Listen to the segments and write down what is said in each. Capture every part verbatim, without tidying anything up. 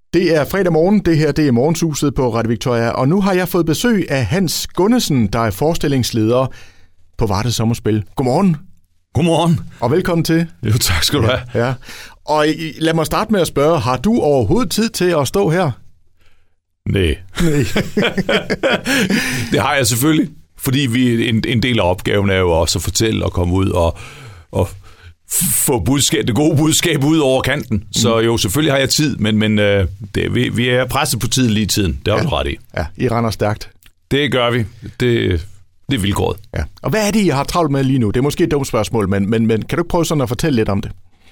Det er fredag morgen, det her det er Morgenhuset på Radio Victoria, og nu har jeg fået besøg af Hans Gunnesen, der er forestillingsleder på Varde Sommerspil. Godmorgen. Godmorgen. Og velkommen til. Jo, tak skal du have. Ja, ja. Og lad mig starte med at spørge, har du overhovedet tid til at stå her? Nej. Nej. Det har jeg selvfølgelig, fordi vi, en, en del af opgaven er jo også at fortælle og komme ud og, og få budskab, det gode budskab ud over kanten. Mm. Så jo, selvfølgelig har jeg tid, men, men øh, det, vi, vi er presset på tid lige i tiden. Det har du ja. ret i. Ja, I render stærkt. Det gør vi. Det, det er vilkåret. Ja. Og hvad er det, I har travlt med lige nu? Det er måske et dumt spørgsmål, men, men, men kan du ikke prøve sådan at fortælle lidt om det?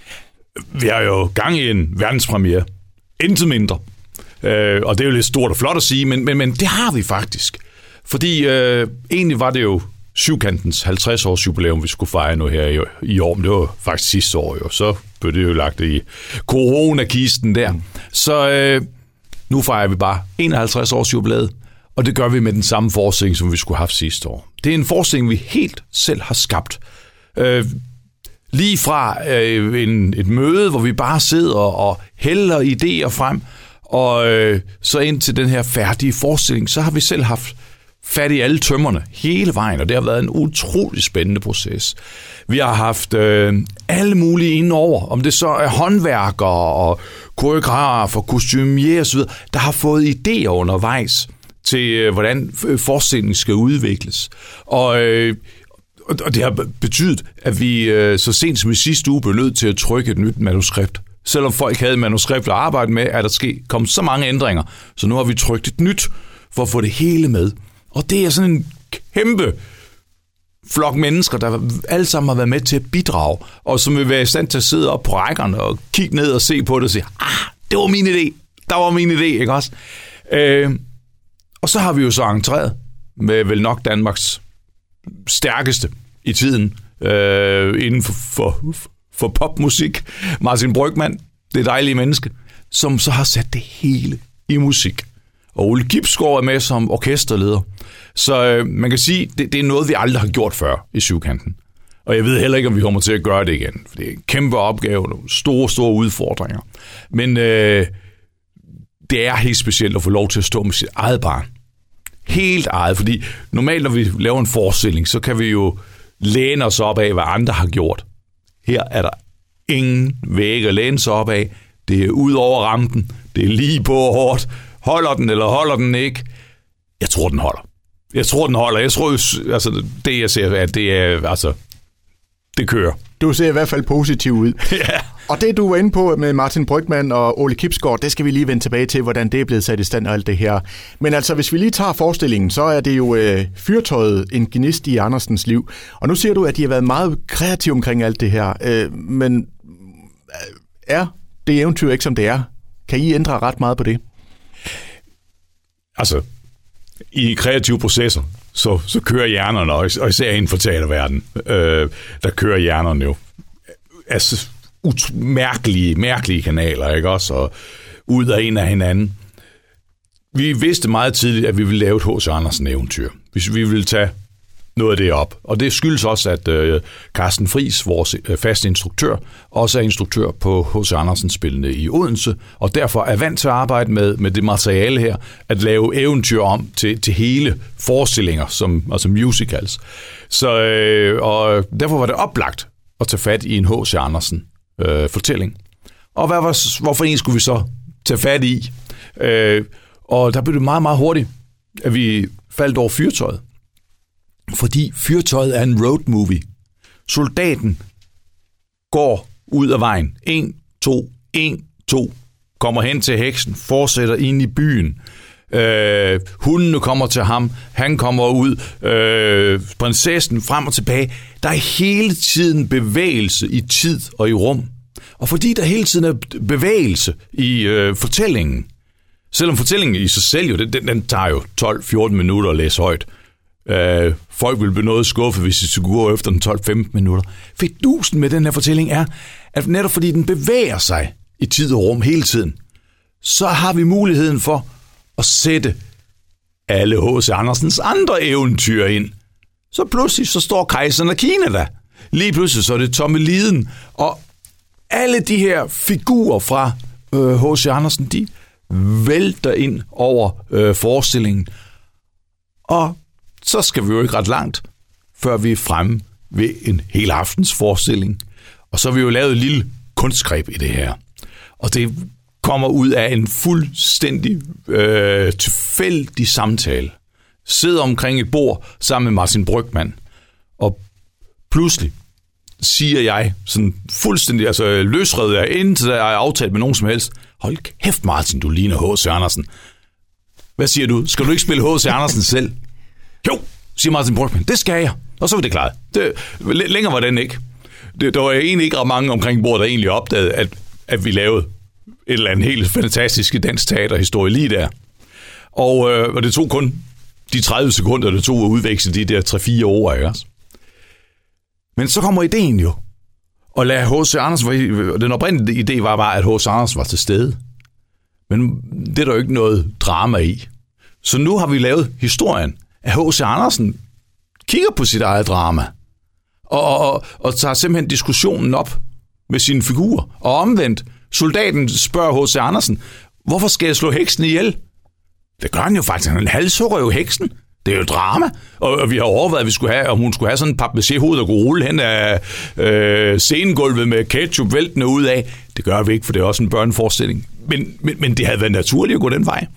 Vi har jo gang i en verdenspremiere. Intet mindre. Øh, og det er jo lidt stort og flot at sige, men, men, men det har vi faktisk. Fordi øh, egentlig var det jo Syvkantens halvtreds års jubilæum, vi skulle fejre nu her i, i år. Men det var faktisk sidste år jo. Så blev det jo lagt i coronakisten der. Mm. Så øh, nu fejrer vi bare enoghalvtreds års jubilæet. Og det gør vi med den samme forestilling, som vi skulle have haft sidste år. Det er en forestilling, vi helt selv har skabt. Øh, lige fra øh, en, et møde, hvor vi bare sidder og hælder idéer frem, og øh, så ind til den her færdige forestilling, så har vi selv haft fat i alle tømmerne hele vejen, og det har været en utrolig spændende proces. Vi har haft øh, alle mulige indover, om det så er håndværkere og koreografer, kostumier osv., der har fået idéer undervejs til, øh, hvordan forestillingen skal udvikles. Og, øh, og det har betydet, at vi øh, så sent som i sidste uge blev nødt til at trykke et nyt manuskript. Selvom folk havde manuskript at arbejde med, er der ske, kommet så mange ændringer, så nu har vi trykt et nyt for at få det hele med. Og det er sådan en kæmpe flok mennesker, der alle sammen har været med til at bidrage, og som vil være i stand til at sidde op på rækkerne og kigge ned og se på det og sige, ah, det var min idé, der var min idé, ikke også? Øh, og så har vi jo så entreret med vel nok Danmarks stærkeste i tiden øh, inden for, for, for popmusik, Martin Brygmann, det dejlige menneske, som så har sat det hele i musik. Og Ole Kibsgaard er med som orkesterleder. Så øh, man kan sige, det, det er noget, vi aldrig har gjort før i Syvkanten. Og jeg ved heller ikke, om vi kommer til at gøre det igen. For det er en kæmpe opgave, nogle store, store udfordringer. Men øh, det er helt specielt at få lov til at stå med sit eget barn. Helt eget, fordi normalt, når vi laver en forestilling, så kan vi jo læne os op af, hvad andre har gjort. Her er der ingen væg at læne sig op af. Det er ud over rampen. Det er lige på hårdt. Holder den, eller holder den ikke? Jeg tror, den holder. Jeg tror, den holder. Jeg tror, altså, det jeg ser, at det er, altså, det kører. Du ser i hvert fald positiv ud. Ja. Og det, du var inde på med Martin Brygmann og Ole Kibsgaard, det skal vi lige vende tilbage til, hvordan det er blevet sat i stand og alt det her. Men altså, hvis vi lige tager forestillingen, så er det jo øh, fyrtøjet, en gnist i Andersens liv. Og nu siger du, at de har været meget kreative omkring alt det her. Øh, men øh, er det eventyr ikke, som det er? Kan I ændre ret meget på det? Altså, i kreative processer, så, så kører hjernerne, og især inden for teaterverdenen, øh, der kører hjernerne jo altså ut- mærkelige, mærkelige kanaler, ikke også? Og ud af en af hinanden. Vi vidste meget tidligt, at vi ville lave et H C. Andersen eventyr. Hvis vi ville tage noget af det op. Og det skyldes også, at øh, Carsten Friis, vores øh, faste instruktør, også er instruktør på H C. Andersen spillene i Odense, og derfor er vant til at arbejde med, med det materiale her, at lave eventyr om til, til hele forestillinger, som, altså musicals. Så, øh, og derfor var det oplagt at tage fat i en H C. Andersen øh, fortælling. Og hvad var, hvorfor en skulle vi så tage fat i? Øh, og der blev det meget, meget hurtigt, at vi faldt over fyrtøjet. Fordi fyrtøjet er en road movie. Soldaten går ud af vejen. En, to, en, to. Kommer hen til heksen, fortsætter ind i byen. Øh, hundene kommer til ham. Han kommer ud. Øh, prinsessen frem og tilbage. Der er hele tiden bevægelse i tid og i rum. Og fordi der hele tiden er bevægelse i øh, fortællingen, selvom fortællingen i sig selv jo, den, den tager jo tolv fjorten minutter at læse højt. Øh, folk vil blive noget skuffet, hvis de skulle gå efter den tolv femten minutter. Fidusen med den her fortælling er, at netop fordi den bevæger sig i tid og rum hele tiden, så har vi muligheden for at sætte alle H C. Andersens andre eventyr ind. Så pludselig så står kejseren af Kina der. Lige pludselig så er det Tommeliden. Og alle de her figurer fra øh, H C. Andersen, de vælter ind over øh, forestillingen. Og så skal vi jo ikke ret langt, før vi er fremme ved en hel aftens forestilling. Og så har vi jo lavet et lille kunstgreb i det her. Og det kommer ud af en fuldstændig øh, tilfældig samtale. Sidder omkring et bord sammen med Martin Brygmann. Og pludselig siger jeg sådan fuldstændig, altså løsredet jeg, indtil jeg har aftalt med nogen som helst. Hold kæft, Martin, du ligner H C. Andersen. Hvad siger du? Skal du ikke spille H C. Andersen selv? Jo, siger Martin Brygmann. Det skal jeg. Og så var det klart. Det, længere var den ikke. Det, der var egentlig ikke ret mange omkring bordet, der egentlig opdagede, at, at vi lavede et eller andet helt fantastisk dansk teaterhistorie lige der. Og, øh, og det tog kun de tredive sekunder, det tog at udveksle de der tre fire ord, ikke også? Men så kommer ideen jo. Og lade H C. Andersen, den oprindelige idé var bare, at H C. Andersen var til stede. Men det er der jo ikke noget drama i. Så nu har vi lavet historien, at H C. Andersen kigger på sit eget drama. Og, og, og tager simpelthen diskussionen op med sine figurer. Og omvendt, soldaten spørger H C. Andersen, hvorfor skal jeg slå heksen ihjel? Det gør han jo faktisk. Han halshugger jo heksen. Det er jo drama. Og, og vi har overvejet, at vi skulle have, om hun skulle have sådan en papmaché-hoved, der kunne rulle hen af øh, scenegulvet med ketchup væltende ud af. Det gør vi ikke, for det er også en børneforestilling. Men, men, men det havde været naturligt at gå den vej.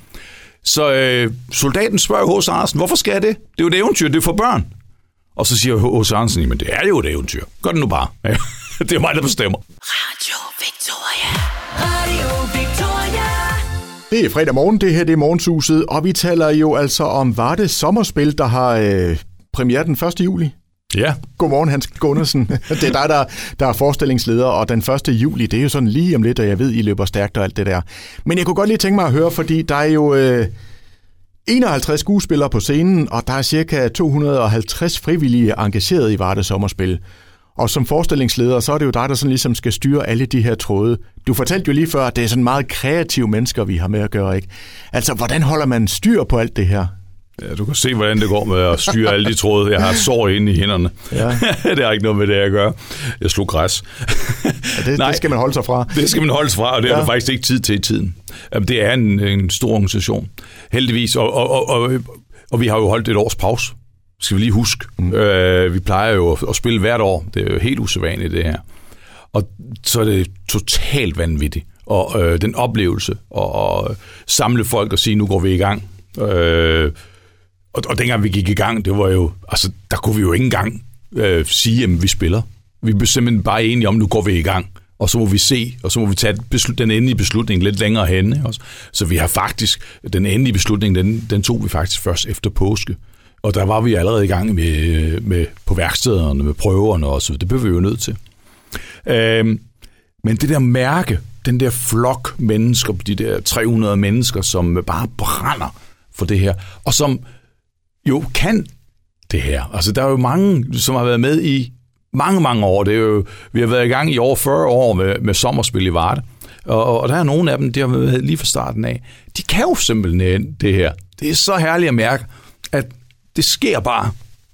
Så øh, soldaten spørger H C. Andersen, hvorfor skal jeg det? Det er jo et eventyr, det er for børn. Og så siger H C. Andersen, men det er jo et eventyr. Gør det nu bare. Det er mig, der bestemmer. Radio Victoria. Radio Victoria. Det er fredag morgen, det her det er Morgensuset, og vi taler jo altså om Varde Sommerspil, der har øh, premiere den første juli. Ja. Godmorgen, Hans Gunnarsen. Det er dig, der, der er forestillingsleder, og den første juli, det er jo sådan lige om lidt, og jeg ved, I løber stærkt og alt det der. Men jeg kunne godt lige tænke mig at høre, fordi der er jo øh, enoghalvtreds skuespillere på scenen, og der er cirka to hundrede og halvtreds frivillige engageret i Varde Sommerspil. Og som forestillingsleder, så er det jo dig, der sådan ligesom skal styre alle de her tråde. Du fortalte jo lige før, at det er sådan meget kreative mennesker, vi har med at gøre, ikke? Altså, hvordan holder man styr på alt det her? Ja, du kan se, hvordan det går med at styre alle de tråde. Jeg har sår inde i hænderne. Ja. Det er ikke noget med det, jeg gør. Jeg slog græs. Ja, det, Nej, det skal man holde sig fra. Det skal man holde sig fra, og det ja. er der faktisk ikke tid til i tiden. Det er en, en stor organisation, heldigvis. Og, og, og, og, og vi har jo holdt et års pause. Skal vi lige huske. Mm. Øh, vi plejer jo at, at spille hvert år. Det er jo helt usædvanligt, det her. Og så er det totalt vanvittigt. Og øh, den oplevelse, og, og samle folk og sige, nu går vi i gang. Øh, og, og dengang vi gik i gang, det var jo, altså, der kunne vi jo ikke engang øh, sige, at vi spiller. Vi blev simpelthen bare enige om, nu går vi i gang. Og så må vi se, og så må vi tage den endelige beslutning lidt længere hen. Ikke? Så vi har faktisk, den endelige beslutning, den, den tog vi faktisk først efter påske. Og der var vi allerede i gang med, med på værkstederne, med prøverne og så. Det blev vi jo nødt til. Øhm, men det der mærke, den der flok mennesker, de der tre hundrede mennesker, som bare brænder for det her, og som jo kan det her. Altså, der er jo mange, som har været med i mange, mange år. Det er jo, vi har været i gang i over fyrre år med, med sommerspil i Varde. Og, og der er nogle af dem, de har været lige fra starten af. De kan jo simpelthen det her. Det er så herligt at mærke, at det sker bare.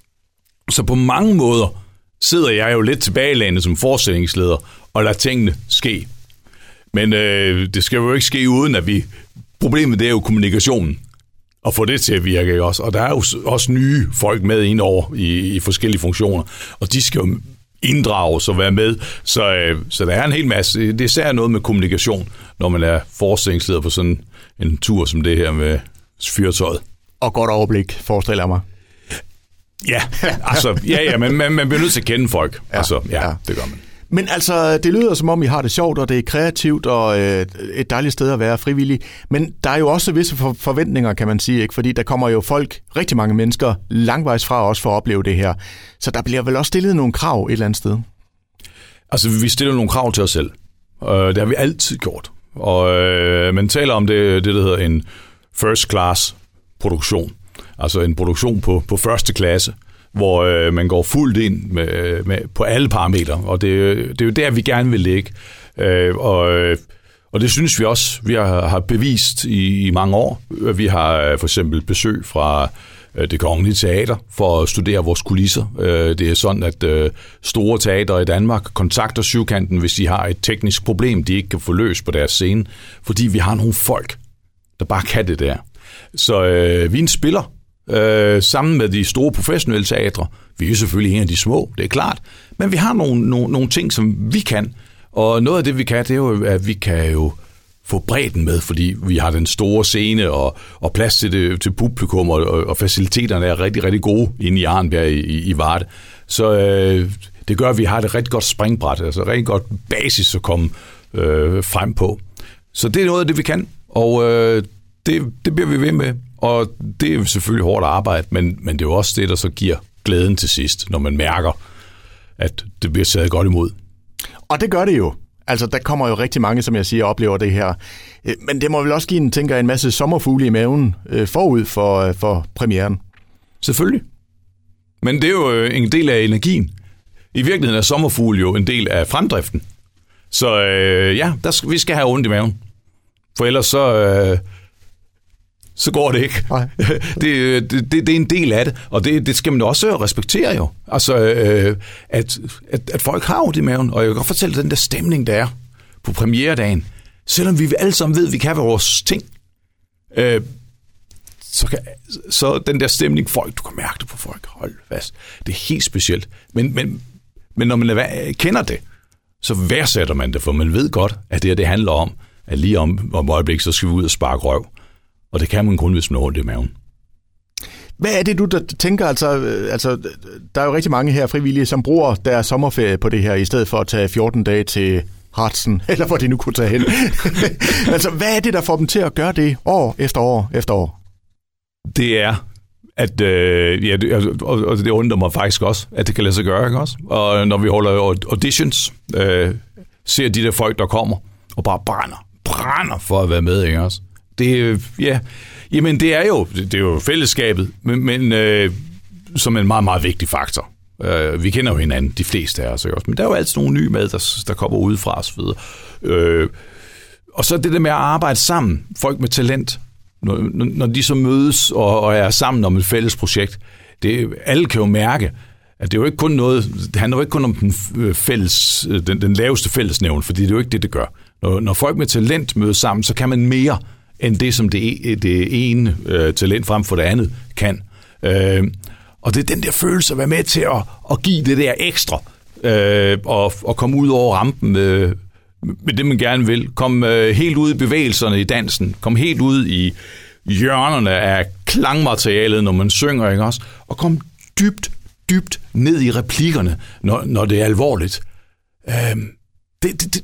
Så på mange måder sidder jeg jo lidt tilbagelænet som forestillingsleder og lader tingene ske. Men øh, det skal jo ikke ske uden, at vi... Problemet det er jo kommunikationen. Og få det til at virke også. Og der er jo også nye folk med ind over i, i forskellige funktioner. Og de skal jo inddrages og være med. Så, øh, så der er en hel masse... Det er især noget med kommunikation, når man er forestillingsleder på sådan en tur som det her med fyrtøjet. Og godt overblik, forestiller jeg mig. Ja, altså, ja, ja, men man, man bliver nødt til at kende folk. Ja, altså, ja, ja, det gør man. Men altså, det lyder som om, I har det sjovt, og det er kreativt, og øh, et dejligt sted at være frivillig. Men der er jo også visse for- forventninger, kan man sige, ikke? Fordi der kommer jo folk, rigtig mange mennesker, langvejs fra os for at opleve det her. Så der bliver vel også stillet nogle krav et eller andet sted? Altså, vi stiller nogle krav til os selv. Uh, det har vi altid gjort. Og uh, man taler om det, det, der hedder en first class produktion. Altså en produktion på, på første klasse, hvor øh, man går fuldt ind med, med, på alle parametre, og det, det er jo der, vi gerne vil ligge. Øh, og, og det synes vi også, vi har, har bevist i, i mange år. Vi har for eksempel besøg fra øh, Det Kongelige Teater for at studere vores kulisser. Øh, det er sådan, at øh, store teater i Danmark kontakter Syvkanten, hvis de har et teknisk problem, de ikke kan få løst på deres scene, fordi vi har nogle folk, der bare kan det der. Så øh, vi er en spiller, øh, sammen med de store professionelle teatre. Vi er jo selvfølgelig en af de små, det er klart. Men vi har nogle, nogle, nogle ting, som vi kan. Og noget af det, vi kan, det er jo, at vi kan jo få bredden med, fordi vi har den store scene og, og plads til, det, til publikum, og, og faciliteterne er rigtig, rigtig gode inde i Arnbjerg i, i, i Varde. Så øh, det gør, at vi har et rigtig godt springbræt, altså et rigtig godt basis at komme øh, frem på. Så det er noget af det, vi kan, og øh, det, det bliver vi ved med. Og det er selvfølgelig hårdt arbejde, men, men det er jo også det, der så giver glæden til sidst, når man mærker, at det bliver taget godt imod. Og det gør det jo. Altså, der kommer jo rigtig mange, som jeg siger, oplever det her. Men det må vel også give en, tænker, en masse sommerfugle i maven øh, forud for, for premieren. Selvfølgelig. Men det er jo en del af energien. I virkeligheden er sommerfugle jo en del af fremdriften. Så øh, ja, der skal, vi skal have ondt i maven. For ellers så, øh, så går det ikke. det, det, det er en del af det, og det, det skal man også respektere jo. Altså, øh, at, at, at folk har ondt i maven, og jeg kan godt fortælle den der stemning, der er på premieredagen. Selvom vi alle sammen ved, at vi kan vores ting, øh, så, kan, så den der stemning, folk, du kan mærke det på folk, hold fast. Det er helt specielt. Men, men, men når man kender det, så værdsætter man det, for man ved godt, at det her, det handler om, at lige om, om øjeblik, så skal vi ud og sparke røv. Og det kan man kun, hvis man har ondt i maven. Hvad er det, du der tænker? Altså, altså, der er jo rigtig mange her frivillige, som bruger deres sommerferie på det her, i stedet for at tage fjorten dage til Harzen, eller hvor de nu kunne tage hen. Altså, hvad er det, der får dem til at gøre det år efter år efter år? Det er, at øh, ja, det, og, og det undrer mig faktisk også, at det kan lade sig gøre, ikke også? Og når vi holder auditions, øh, ser de der folk, der kommer, og bare brænder, brænder for at være med, ikke også? Det, ja, jamen det er jo, det er jo fællesskabet, men, men øh, som en meget, meget vigtig faktor. Øh, vi kender jo hinanden, de fleste af os, ikke også? Men der er jo altid nogle nye med, der, der kommer udefra os videre. Øh, og så det der med at arbejde sammen, folk med talent, når, når de så mødes og, og er sammen om et fælles projekt, det, alle kan jo mærke, at det er jo ikke kun noget, det handler jo ikke kun om den, fælles, den, den laveste fællesnævn, fordi det er jo ikke det, det gør. Når, når folk med talent mødes sammen, så kan man mere end det, som det, det ene øh, talent frem for det andet kan. Øh, og det er den der følelse at være med til at, at give det der ekstra, øh, og, og komme ud over rampen med, med det, man gerne vil. Komme øh, helt ud i bevægelserne i dansen, komme helt ud i hjørnerne af klangmaterialet, når man synger, ikke også? Og komme dybt, dybt ned i replikkerne, når, når det er alvorligt. Øh, det, det, det,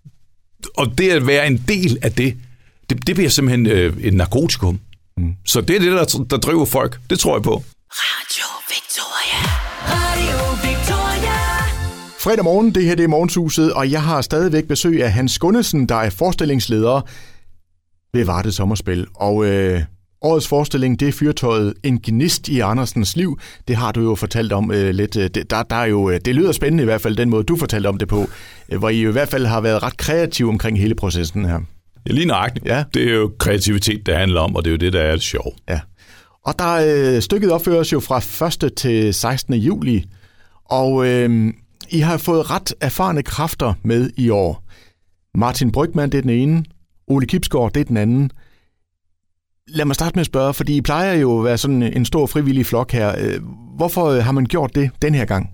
og det at være en del af det, Det, det bliver simpelthen øh, et narkotikum. Mm. Så det er det, der, der driver folk. Det tror jeg på. Radio Victoria. Radio Victoria. Fredag morgen, det her det er Morgenhuset, og jeg har stadigvæk besøg af Hans Gunnesen, der er forestillingsleder ved Varde Sommerspil. Og øh, årets forestilling, det er Fyrtøjet, en gnist i Andersens liv. Det har du jo fortalt om øh, lidt. Det, der, der er jo, det lyder spændende i hvert fald, den måde du fortalte om det på, øh, hvor I jo i hvert fald har været ret kreative omkring hele processen her. Ja, lige nøjagtigt. Ja. Det er jo kreativitet, det handler om, og det er jo det, der er det sjove. Ja. Og der øh, stykket opføres jo fra første til sekstende juli, og øh, I har fået ret erfarne kræfter med i år. Martin Brygmann, det er den ene. Ole Kibsgaard, det er den anden. Lad mig starte med at spørge, fordi I plejer jo at være sådan en stor frivillig flok her. Hvorfor har man gjort det den her gang?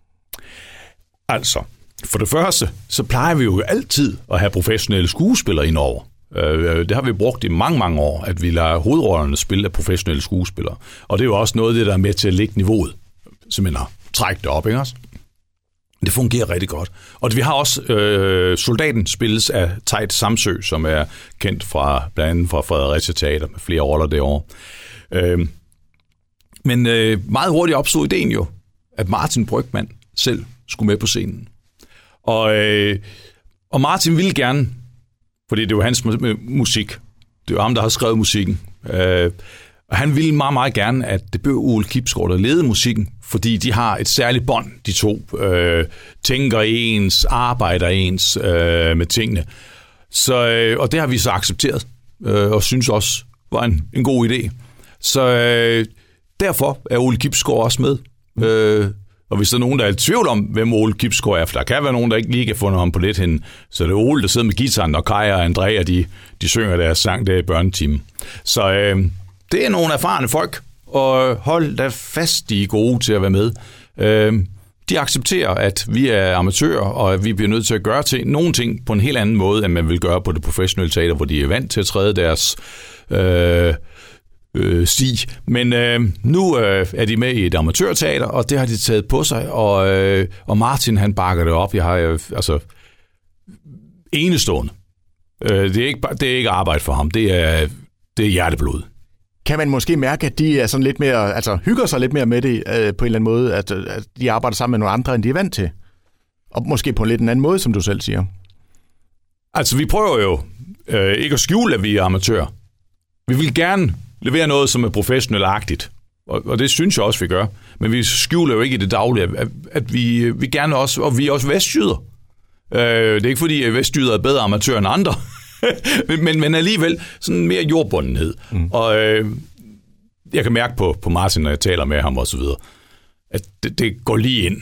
Altså, for det første, så plejer vi jo altid at have professionelle skuespillere indover. Det har vi brugt i mange, mange år, at vi lader hovedrollerne spille af professionelle skuespillere. Og det er jo også noget af det, der er med til at lægge niveauet, simpelthen at trække det op, ikke også? Det fungerer rigtig godt. Og vi har også øh, Soldaten spilles af Tejt Samsø, som er kendt fra blandt andet fra Fredericia Teater med flere roller derovre. Øh, men øh, meget hurtigt opstod ideen jo, at Martin Brygmann selv skulle med på scenen. Og, øh, og Martin ville gerne, fordi det var hans musik. Det var ham, der har skrevet musikken. Øh, og han ville meget, meget gerne, at det blev Ole Kibsgaard, der ledede musikken, fordi de har et særligt bånd, de to. Øh, tænker ens, arbejder ens øh, med tingene. Så, øh, og det har vi så accepteret, øh, og synes også var en, en god idé. Så øh, derfor er Ole Kibsgaard også med. Øh, Og hvis der er nogen, der er i tvivl om, hvem Ole Kibsgaard er, for der kan være nogen, der ikke lige kan fundet ham på lidt hen, så det er Ole, der sidder med guitaren, og Kaja og Andrea, de, de synger deres sang der i børnetimen. Så øh, det er nogle erfarne folk, og hold da fast, de er gode til at være med. Øh, de accepterer, at vi er amatører, og at vi bliver nødt til at gøre til nogle ting på en helt anden måde, end man vil gøre på det professionelle teater, hvor de er vant til at træde deres øh, øh, sti. Men øh, nu øh, er de med i et amatørteater, og det har de taget på sig, og, øh, og Martin, han bakker det op. Jeg har øh, altså enestående. Øh, det, er ikke, det er ikke arbejde for ham, det er, det er hjerteblod. Kan man måske mærke, at de er sådan lidt mere, altså hygger sig lidt mere med det øh, på en eller anden måde, at, at de arbejder sammen med nogle andre, end de er vant til? Og måske på en lidt anden måde, som du selv siger. Altså, vi prøver jo øh, ikke at skjule, at vi er amatører. Vi vil gerne levere noget, som er professionelt-agtigt. Og, og det synes jeg også, vi gør. Men vi skjuler jo ikke i det daglige, at, at vi, vi gerne også, og vi er også vestjyder. Øh, det er ikke fordi, at vestjyder er bedre amatører end andre. men, men alligevel sådan mere jordbundenhed. Mm. Og øh, jeg kan mærke på, på Martin, når jeg taler med ham og så videre, at det, det går lige ind.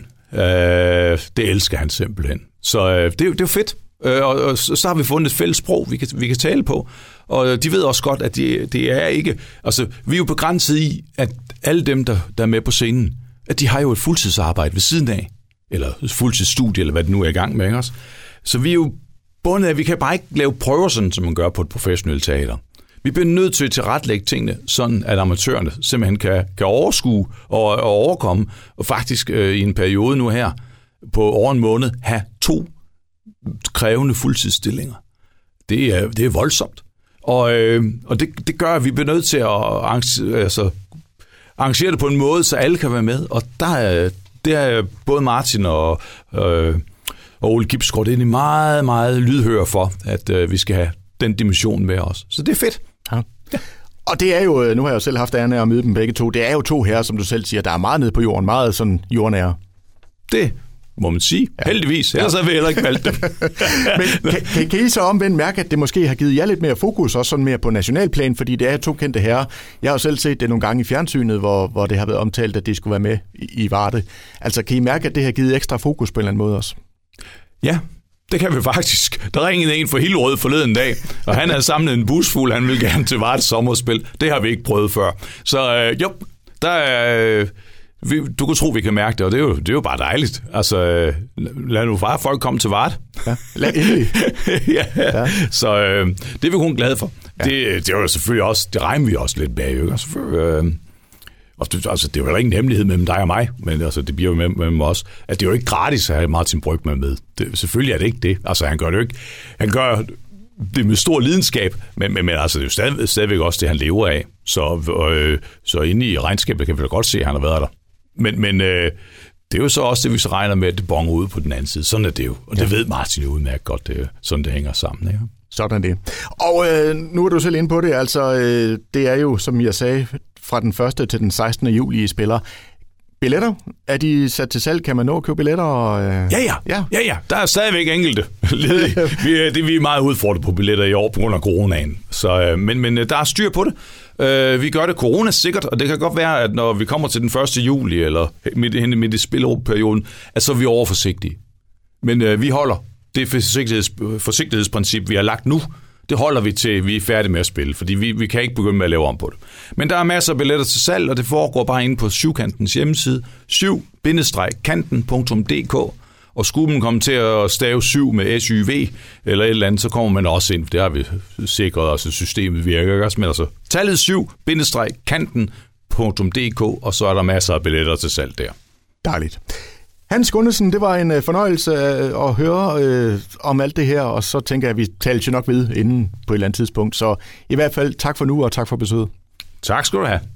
Øh, det elsker han simpelthen. Så øh, det, det er jo fedt. Øh, og, og så har vi fundet et fælles sprog, vi kan, vi kan tale på. Og de ved også godt, at det, det er ikke... Altså, vi er jo begrænset i, at alle dem, der, der er med på scenen, at de har jo et fuldtidsarbejde ved siden af, eller et fuldtidsstudie, eller hvad det nu er i gang med os. Så vi er jo bundet af, vi kan bare ikke lave prøver sådan, som man gør på et professionelt teater. Vi bliver nødt til at tilrettelægge tingene, sådan at amatørerne simpelthen kan, kan overskue og, og overkomme, og faktisk øh, i en periode nu her, på over en måned, have to krævende fuldtidsstillinger. Det er, det er voldsomt. Og, øh, og det, det gør, at vi bliver nødt til at arrangere, altså, arrangere det på en måde, så alle kan være med. Og der er, det er både Martin og, øh, og Ole Kibsgaard, det er meget, meget lydhør for, at øh, vi skal have den dimension med os. Så det er fedt. Ja. Ja. Og det er jo, nu har jeg jo selv haft æren af at møde dem begge to, det er jo to her, som du selv siger, der er meget nede på jorden, meget sådan jordnære. Det må man sige. Ja. Heldigvis. Ellers ja. Har vi heller ikke valgt dem. Men kan, kan, kan I så omvendt mærke, at det måske har givet jer lidt mere fokus, også sådan mere på nationalplan, fordi det er to kendte herrer. Jeg har jo selv set det nogle gange i fjernsynet, hvor, hvor det har været omtalt, at de skulle være med i, i Varde. Altså, kan I mærke, at det har givet ekstra fokus på en eller anden måde også? Ja, det kan vi faktisk. Der ringede en fra Hillerød forleden dag, og han havde samlet en bus fuld, han ville gerne til Vardes sommerspil. Det har vi ikke prøvet før. Så øh, jo, der er... Øh, Vi, du kan tro, vi kan mærke det, og det er jo, det er jo bare dejligt. Altså, lad nu bare folk komme til Varde. Ja, lad endelig. ja, ja. Så øh, det er vi kun glade for. Ja. Det, det er jo selvfølgelig også, det regner vi også lidt bag, ikke? Altså, øh, altså, det er jo ikke en hemmelighed mellem dig og mig, men altså, det bliver jo mellem, mellem os, at det er jo ikke gratis at have Martin Brygmann med. Det, selvfølgelig er det ikke det. Altså, han gør det jo ikke. Han gør det med stor lidenskab, men, men, men altså, det er jo stadig, stadigvæk også det, han lever af. Så, øh, så inde i regnskabet kan vi da godt se, at han har været der. Men, men øh, det er jo så også det, vi så regner med, at det bonger ud på den anden side. Sådan er det jo. Og det ja. Ved Martin jo udmærket godt, det, sådan det hænger sammen. Ikke? Sådan det. Og øh, nu er du selv inde på det. Altså, øh, det er jo, som jeg sagde, fra den første til den sekstende juli, I spiller. Billetter? Er de sat til salg? Kan man nå at købe billetter? Og, øh... ja, ja, ja. Ja, ja. Der er stadigvæk enkelte ledige. vi, er, det, vi er meget udfordret på billetter i år på grund af coronaen. Så, øh, men, men der er styr på det. Uh, vi gør det corona-sikkert, og det kan godt være, at når vi kommer til den første juli, eller midt, midt i spilperioden, at så er vi overforsigtige. Men uh, vi holder det forsigtigheds, forsigtighedsprincip, vi har lagt nu, det holder vi til, vi er færdige med at spille, fordi vi, vi kan ikke begynde med at lave om på det. Men der er masser af billetter til salg, og det foregår bare inde på Syvkantens hjemmeside, syv kanten punktum d k, og skulle man komme til at stave syv med S Y V eller et eller andet, så kommer man også ind. Det har vi sikret, altså systemet virker også. Men altså, tallet syv kanten punktum d k, og så er der masser af billetter til salg der. Dejligt. Hans Gunnesen, det var en fornøjelse at høre øh, om alt det her, og så tænker jeg, at vi taler jo nok ved inden på et eller andet tidspunkt. Så i hvert fald tak for nu, og tak for besøget. Tak skal du have.